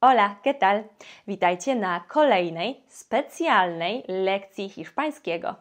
Hola, ¿qué tal? Witajcie na kolejnej specjalnej lekcji hiszpańskiego.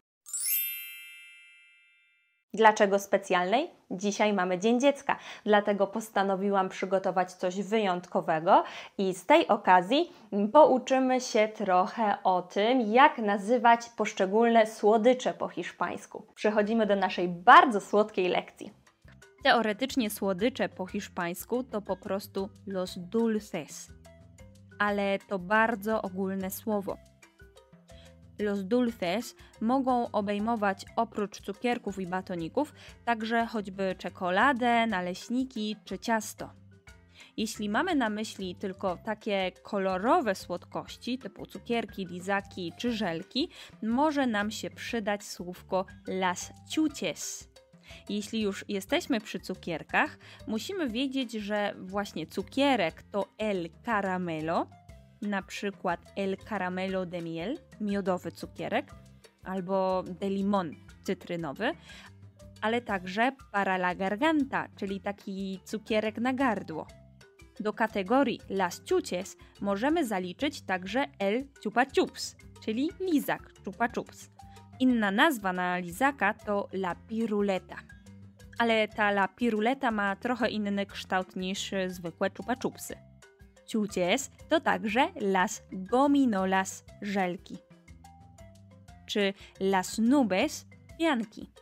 Dlaczego specjalnej? Dzisiaj mamy Dzień Dziecka, dlatego postanowiłam przygotować coś wyjątkowego i z tej okazji pouczymy się trochę o tym, jak nazywać poszczególne słodycze po hiszpańsku. Przechodzimy do naszej bardzo słodkiej lekcji. Teoretycznie słodycze po hiszpańsku to po prostu los dulces, ale to bardzo ogólne słowo. Los dulces mogą obejmować oprócz cukierków i batoników także choćby czekoladę, naleśniki czy ciasto. Jeśli mamy na myśli tylko takie kolorowe słodkości typu cukierki, lizaki czy żelki, może nam się przydać słówko las chuches. Jeśli już jesteśmy przy cukierkach, musimy wiedzieć, że właśnie cukierek to el caramelo, na przykład el caramelo de miel, miodowy cukierek, albo de limón, cytrynowy, ale także para la garganta, czyli taki cukierek na gardło. Do kategorii las chuches możemy zaliczyć także el chupa chups, czyli lizak, chupa chups. Inna nazwa na lizaka to la piruleta. Ale ta la piruleta ma trochę inny kształt niż zwykłe chupa chupsy. Chuches to także las gominolas, żelki. Czy las nubes, pianki.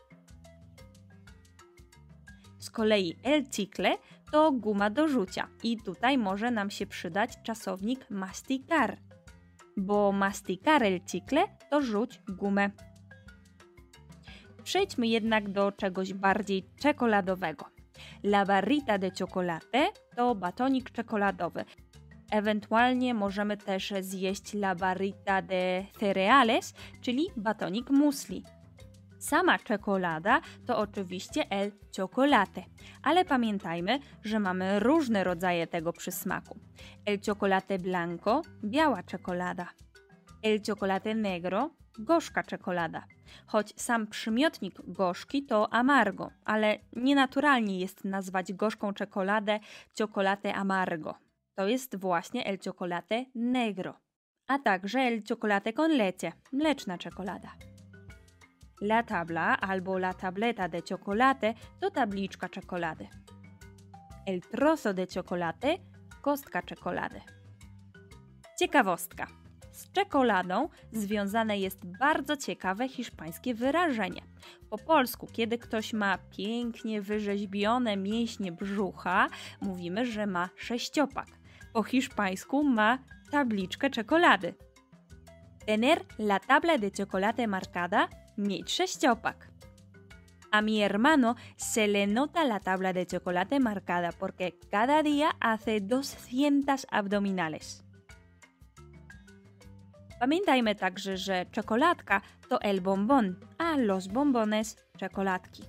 Z kolei el chicle to guma do rzucia i tutaj może nam się przydać czasownik masticar, bo masticar el chicle to rzuć gumę. Przejdźmy jednak do czegoś bardziej czekoladowego. La barrita de chocolate to batonik czekoladowy. Ewentualnie możemy też zjeść la barrita de cereales, czyli batonik musli. Sama czekolada to oczywiście el chocolate, ale pamiętajmy, że mamy różne rodzaje tego przysmaku. El chocolate blanco, biała czekolada. El chocolate negro, gorzka czekolada. Choć sam przymiotnik gorzki to amargo, ale nienaturalnie jest nazwać gorzką czekoladę chocolate amargo. To jest właśnie el chocolate negro, a także el chocolate con leche, mleczna czekolada. La tabla albo la tableta de chocolate to tabliczka czekolady. El trozo de chocolate, kostka czekolady. Ciekawostka. Z czekoladą związane jest bardzo ciekawe hiszpańskie wyrażenie. Po polsku, kiedy ktoś ma pięknie wyrzeźbione mięśnie brzucha, mówimy, że ma sześciopak. Po hiszpańsku ma tabliczkę czekolady. Tener la tabla de chocolate marcada, mieć sześciopak. A mi hermano se le nota la tabla de chocolate marcada porque cada día hace 200 abdominales. Pamiętajmy także, że czekoladka to el bombón, a los bombones czekoladki.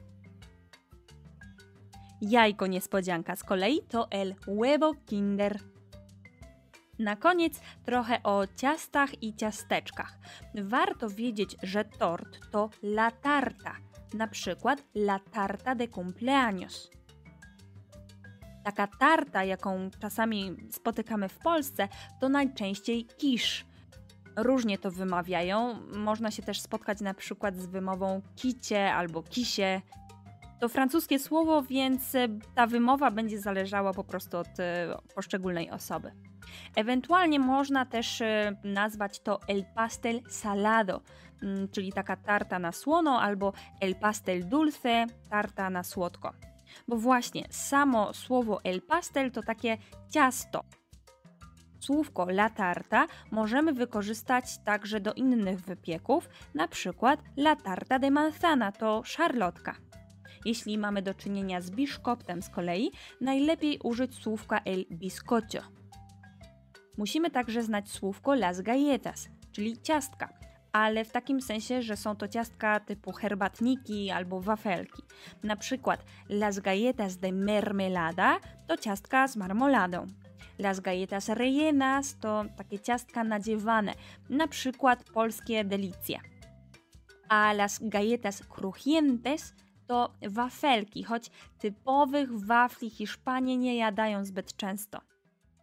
Jajko niespodzianka z kolei to el huevo kinder. Na koniec trochę o ciastach i ciasteczkach. Warto wiedzieć, że tort to la tarta, na przykład la tarta de cumpleaños. Taka tarta, jaką czasami spotykamy w Polsce, to najczęściej quiche. Różnie to wymawiają, można się też spotkać na przykład z wymową kicie albo kisie. To francuskie słowo, więc ta wymowa będzie zależała po prostu od poszczególnej osoby. Ewentualnie można też nazwać to el pastel salado, czyli taka tarta na słono, albo el pastel dulce, tarta na słodko. Bo właśnie samo słowo el pastel to takie ciasto. Słówko la tarta możemy wykorzystać także do innych wypieków, na przykład la tarta de manzana to szarlotka. Jeśli mamy do czynienia z biszkoptem z kolei, najlepiej użyć słówka el bizcocho. Musimy także znać słówko las galletas, czyli ciastka, ale w takim sensie, że są to ciastka typu herbatniki albo wafelki. Na przykład las galletas de mermelada to ciastka z marmoladą. Las galletas rellenas to takie ciastka nadziewane, na przykład polskie delicje. A las galletas crujientes to wafelki, choć typowych wafli Hiszpanie nie jadają zbyt często.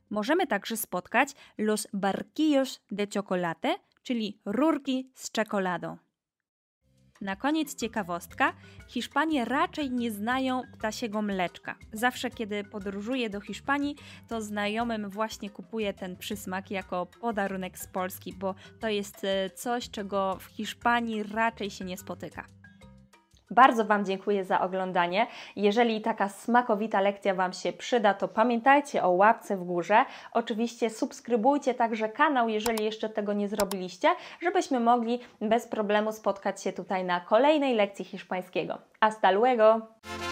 Możemy także spotkać los barquillos de chocolate, czyli rurki z czekoladą. Na koniec ciekawostka, Hiszpanie raczej nie znają ptasiego mleczka. Zawsze kiedy podróżuję do Hiszpanii, to znajomym właśnie kupuję ten przysmak jako podarunek z Polski, bo to jest coś, czego w Hiszpanii raczej się nie spotyka. Bardzo Wam dziękuję za oglądanie. Jeżeli taka smakowita lekcja Wam się przyda, to pamiętajcie o łapce w górze. Oczywiście subskrybujcie także kanał, jeżeli jeszcze tego nie zrobiliście, żebyśmy mogli bez problemu spotkać się tutaj na kolejnej lekcji hiszpańskiego. Hasta luego!